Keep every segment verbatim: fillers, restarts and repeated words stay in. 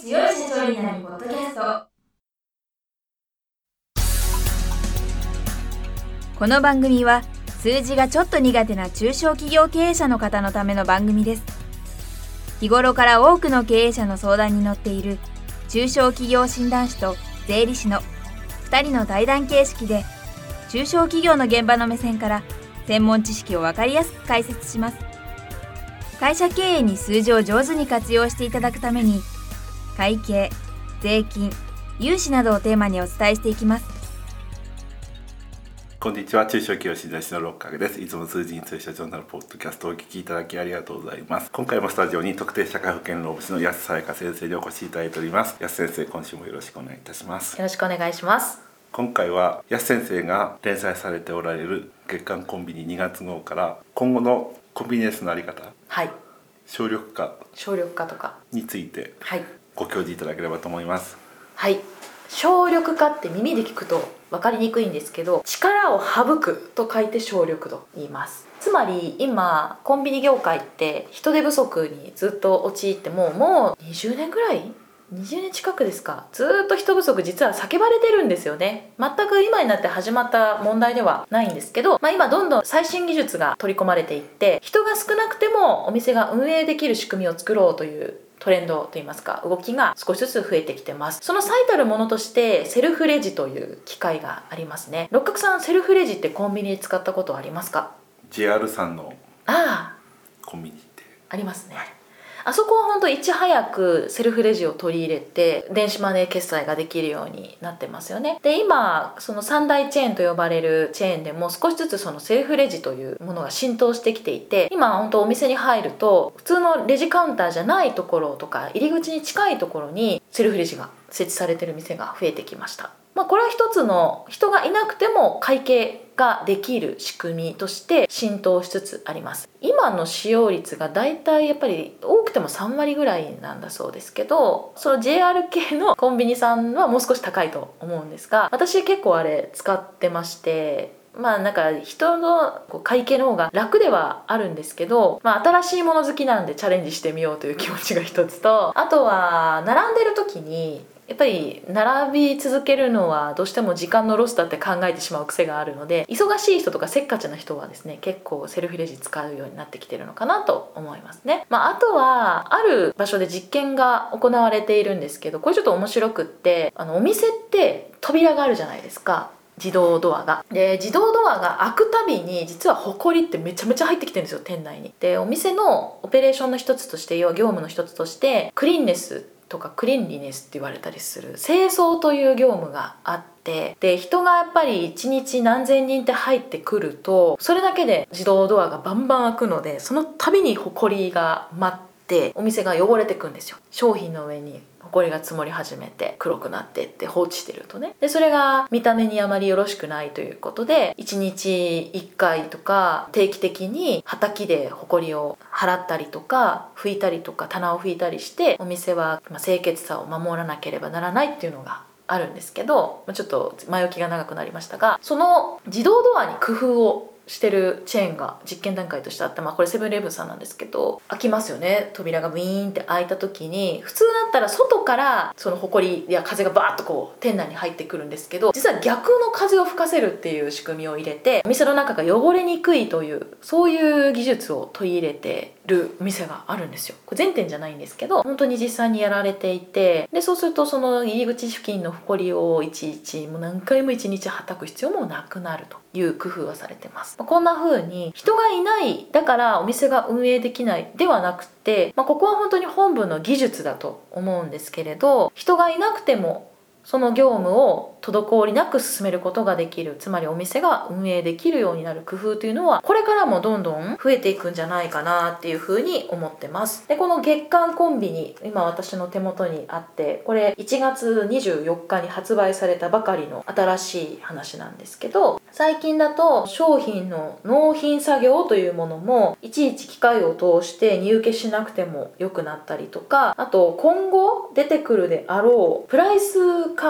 強い社長になるポッドキャスト。この番組は数字がちょっと苦手な中小企業経営者の方のための番組です。日頃から多くの経営者の相談に乗っている中小企業診断士と税理士のふたりの対談形式で、中小企業の現場の目線から専門知識を分かりやすく解説します。会社経営に数字を上手に活用していただくために、会計、税金、融資などをテーマにお伝えしていきます。 こんにちは、中小企業診断士の六角です。いつも数字に強い社長になるポッドキャストをお聞きいただきありがとうございます。今回もスタジオに特定社会保険労務士の安さやか先生にお越しいただいております。安先生、今週もよろしくお願いいたします。 よろしくお願いします。 今回は安先生が連載されておられる月刊コンビニにがつ号から今後のコンビニエンスのあり方、 はい、 省力化省力化とかについてはいご教示いただければと思います。 はい、省力化って耳で聞くと分かりにくいんですけど、力を省くと書いて省力と言います。つまり今コンビニ業界って人手不足にずっと陥ってもうもうにじゅうねんぐらいにじゅうねん近くですか、ずっと人不足実は叫ばれてるんですよね。全く今になって始まった問題ではないんですけど、まあ、今どんどん最新技術が取り込まれていって、人が少なくてもお店が運営できる仕組みを作ろうというトレンドといいますか、動きが少しずつ増えてきてます。その最たるものとしてセルフレジという機械がありますね。六角さん、セルフレジってコンビニで使ったことありますか？ ジェイアール さんのああコンビニってありますね。あそこは本当いち早くセルフレジを取り入れて電子マネー決済ができるようになってますよね。で今その三大チェーンと呼ばれるチェーンでも少しずつそのセルフレジというものが浸透してきていて、今本当お店に入ると普通のレジカウンターじゃないところとか入り口に近いところにセルフレジが設置されている店が増えてきました。まあ、これは一つの人がいなくても会計ができる仕組みとして浸透しつつあります。今の使用率がだいたいやっぱり多くてもさんわりぐらいなんだそうですけど、その ジェイアール 系のコンビニさんはもう少し高いと思うんですが、私結構あれ使ってまして、まあなんか人の会計の方が楽ではあるんですけど、まあ新しいもの好きなんでチャレンジしてみようという気持ちが一つと、あとは並んでる時にやっぱり並び続けるのはどうしても時間のロスだって考えてしまう癖があるので、忙しい人とかせっかちな人はですね、結構セルフレジ使うようになってきてるのかなと思いますね。まあ、あとはある場所で実験が行われているんですけど、これちょっと面白くって、あのお店って扉があるじゃないですか、自動ドアが。で自動ドアが開くたびに実はホコリってめちゃめちゃ入ってきてるんですよ、店内に。でお店のオペレーションの一つとして、要は業務の一つとしてクリーンネスとかクリーンリネスって言われたりする清掃という業務があって、で人がやっぱりいちにち何千人って入ってくると、それだけで自動ドアがバンバン開くので、その度にホコリが舞ってお店が汚れてくんですよ。商品の上にホコリが積もり始めて黒くなってって放置してるとね。でそれが見た目にあまりよろしくないということで、いちにちいっかいとか定期的にはたきでホコリを払ったりとか拭いたりとか棚を拭いたりして、お店は清潔さを守らなければならないっていうのがあるんですけど、ちょっと前置きが長くなりましたが、その自動ドアに工夫をしてるチェーンが実験段階としてあって、まあ、これセブンイレブンさんなんですけど、開きますよね。扉がウィーンって開いた時に、普通だったら外からそのホコリや風がバーッとこう店内に入ってくるんですけど、実は逆の風を吹かせるっていう仕組みを入れて、お店の中が汚れにくいという、そういう技術を取り入れてるお店があるんですよ。これ全店じゃないんですけど、本当に実際にやられていて、でそうするとその入り口付近のホコリをいちいちもう何回もいちにちはたく必要もなくなるという工夫がされてます。こんな風に人がいないだからお店が運営できないではなくて、まあ、ここは本当に本部の技術だと思うんですけれど、人がいなくてもその業務を滞りなく進めることができる、つまりお店が運営できるようになる工夫というのは、これからもどんどん増えていくんじゃないかなっていうふうに思ってます。でこの月刊コンビニ、今私の手元にあって、これいちがつにじゅうよっかに発売されたばかりの新しい話なんですけど、最近だと商品の納品作業というものもいちいち機械を通して荷受けしなくても良くなったりとか、あと今後出てくるであろうプライスカード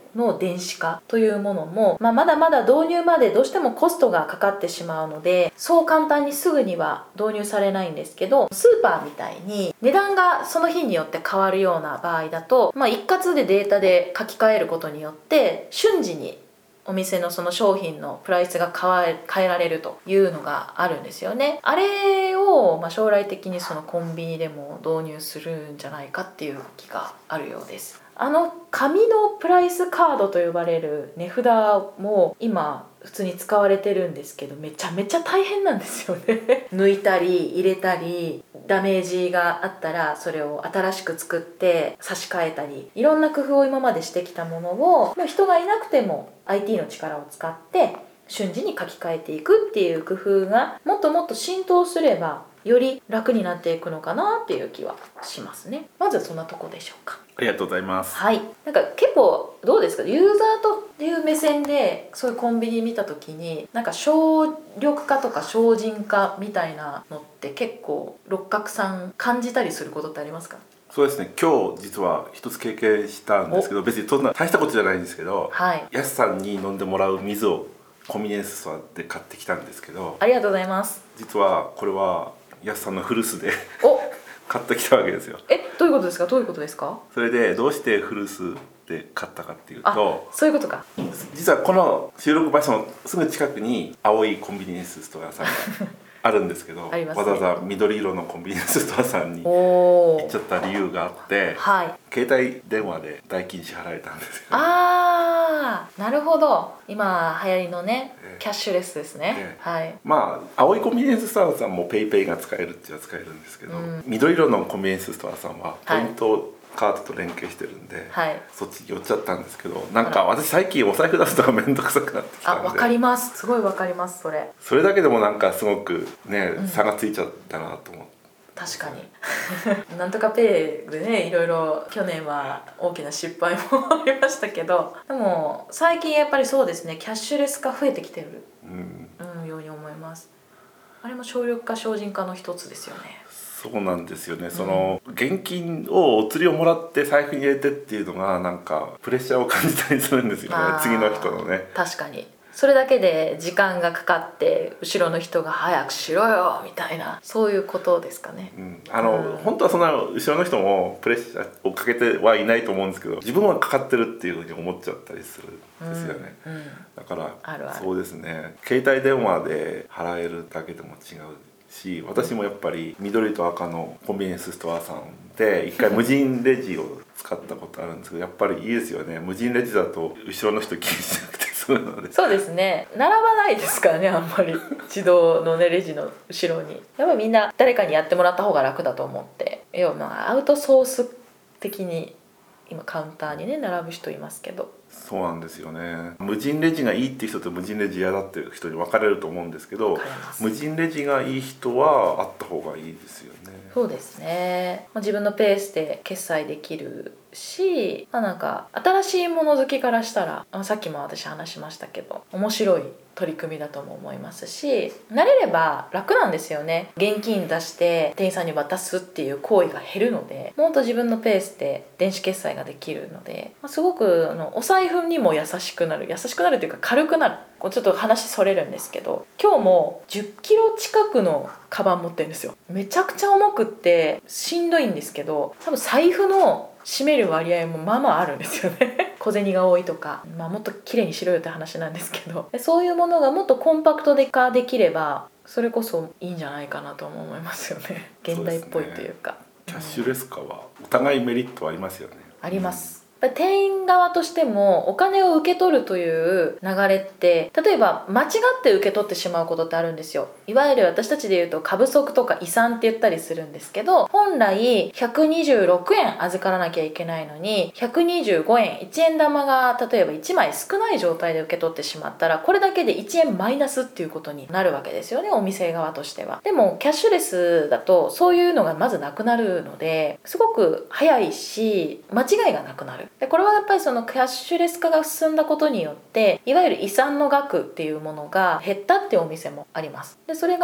の電子化というものも、まあ、まだまだ導入までどうしてもコストがかかってしまうので、そう簡単にすぐには導入されないんですけど、スーパーみたいに値段がその日によって変わるような場合だと、まあ、一括でデータで書き換えることによって瞬時にお店のその商品のプライスが変え、変えられるというのがあるんですよね。あれを、まあ、将来的にそのコンビニでも導入するんじゃないかっていう動きがあるようです。あの紙のプライスカードと呼ばれる値札も今普通に使われてるんですけど、めちゃめちゃ大変なんですよね抜いたり入れたり、ダメージがあったらそれを新しく作って差し替えたり、いろんな工夫を今までしてきたものをもう人がいなくても アイティー の力を使って瞬時に書き換えていくっていう工夫がもっともっと浸透すればより楽になっていくのかなっていう気はしますね。まずそんなとこでしょうか。 ありがとうございます。 はい、なんか結構どうですか、ユーザーという目線でそういうコンビニ見た時に、なんか省力化とか省人化みたいなのって結構六角さん感じたりすることってありますか？ そうですね、今日実は一つ経験したんですけど、別にそんな大したことじゃないんですけど、 はい、 やすさんに飲んでもらう水をコンビニエンスストアで買ってきたんですけど、 ありがとうございます。 実はこれはやすさんの古巣でお買ってきたわけですよ。 え、どういうことですか？どういうことですか？ それでどうして古巣で買ったかっていうあ、 と、 そういうことか。 実はこの収録場所のすぐ近くに青いコンビニエンスストアさんがあるんですけどありますね、 わざわざ緑色のコンビニエンスストアさんにお行っちゃった理由があって、 はい、 携帯電話で代金支払えたんですよ。 あー、なるほど。今流行りのね、 ええキャッシュレスですね、 ええはい。 まあ青いコンビニエンスストアさんもペイペイが使えるっちゃ使えるんですけど、 うん、 緑色のコンビニエンスストアさんはポイントカードと連携してるんで、 はい、 そっちに寄っちゃったんですけど、なんか私最近お財布出すのが面倒くさくなってきたんで、 あ、わかります。すごいわかります、それ。 それだけでもなんかすごくね、 うん、 差がついちゃったなと思って。 確かになんとかペイでね、いろいろ去年は大きな失敗もありましたけど、でも最近やっぱりそうですね、キャッシュレス化増えてきてる、うんうん、ように思います。あれも省力化省人化の一つですよね。 そうなんですよね、その現金をお釣りをもらって財布に入れてっていうのがなんかプレッシャーを感じたりするんですよね、次の人のね。 確かにそれだけで時間がかかって後ろの人が早くしろよみたいな、そういうことですかね、 うん、あの、 うん、 本当はそんな後ろの人もプレッシャーをかけてはいないと思うんですけど、自分はかかってるっていうふうに思っちゃったりするんですよね、 うんうん、 だからあるある、 そうですね、携帯電話で払えるだけでも違うし、私もやっぱり緑と赤のコンビニエンスストアさんで一回無人レジを使ったことあるんですけど、やっぱりいいですよね。無人レジだと後ろの人気にしなくて済むので。 そうですね、並ばないですからね、あんまり自動の、ね、レジの後ろに。やっぱりみんな誰かにやってもらった方が楽だと思って、要はまあアウトソース的に今カウンターにね並ぶ人いますけど。 そうなんですよね。無人レジがいいっていう人と無人レジ嫌だっていう人に分かれると思うんですけど、無人レジがいい人はあった方がいいですよね。 そうですね、まあ、自分のペースで決済できるし、まあ、なんか新しいもの好きからしたら、まあ、さっきも私話しましたけど面白い取り組みだとも思いますし、慣れれば楽なんですよね。現金出して店員さんに渡すっていう行為が減るので、もっと自分のペースで電子決済ができるので、まあ、すごくあのお財布にも優しくなる優しくなるというか軽くなる。こうちょっと話それるんですけど、今日もじゅっキロ近くのカバン持ってるんですよ。めちゃくちゃ重くってしんどいんですけど、多分財布の占める割合もまあまああるんですよね小銭が多いとか、まあ、もっと綺麗にしろよって話なんですけど、そういうものがもっとコンパクト化できればそれこそいいんじゃないかなと思いますよね。現代っぽいというか、 キャッシュレス化はお互いメリットありますよね。 あります。店員側としてもお金を受け取るという流れって、例えば間違って受け取ってしまうことってあるんですよ。いわゆる私たちで言うと過不足とか遺産って言ったりするんですけど、本来ひゃくにじゅうろくえん預からなきゃいけないのにひゃくにじゅうごえん、いちえん玉が例えばいちまい少ない状態で受け取ってしまったら、これだけでいちえんマイナスっていうことになるわけですよね、お店側としては。でもキャッシュレスだとそういうのがまずなくなるので、すごく早いし間違いがなくなる。でこれはやっぱりそのキャッシュレス化が進んだことによって、いわゆる遺産の額っていうものが減ったっていうお店もあります。でそれが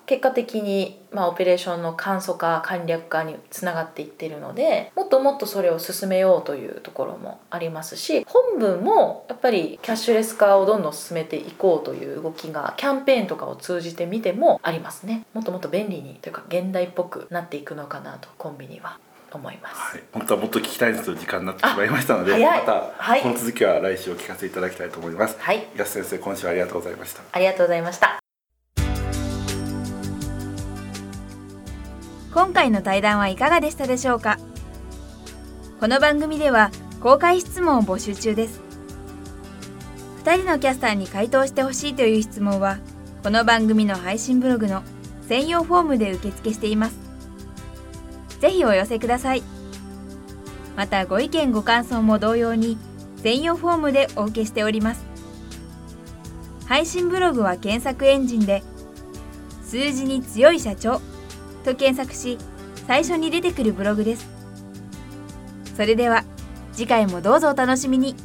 結果的に、まあ、オペレーションの簡素化簡略化につながっていっているので、もっともっとそれを進めようというところもありますし、本文もやっぱりキャッシュレス化をどんどん進めていこうという動きがキャンペーンとかを通じてみてもありますね。もっともっと便利にというか現代っぽくなっていくのかなとコンビニは思います。 はい、本当はもっと聞きたいんですけど時間になってしまいましたので、また、 はい、 この続きは来週お聞かせいただきたいと思います。 はい、 安先生、今週はありがとうございました。 ありがとうございました。 今回の対談はいかがでしたでしょうか。この番組では公開質問を募集中です。ふたりのキャスターに回答してほしいという質問は、この番組の配信ブログの専用フォームで受付しています。ぜひお寄せください。またご意見ご感想も同様に専用フォームでお受けしております。配信ブログは検索エンジンで数字に強い社長と検索し、最初に出てくるブログです。それでは次回もどうぞお楽しみに。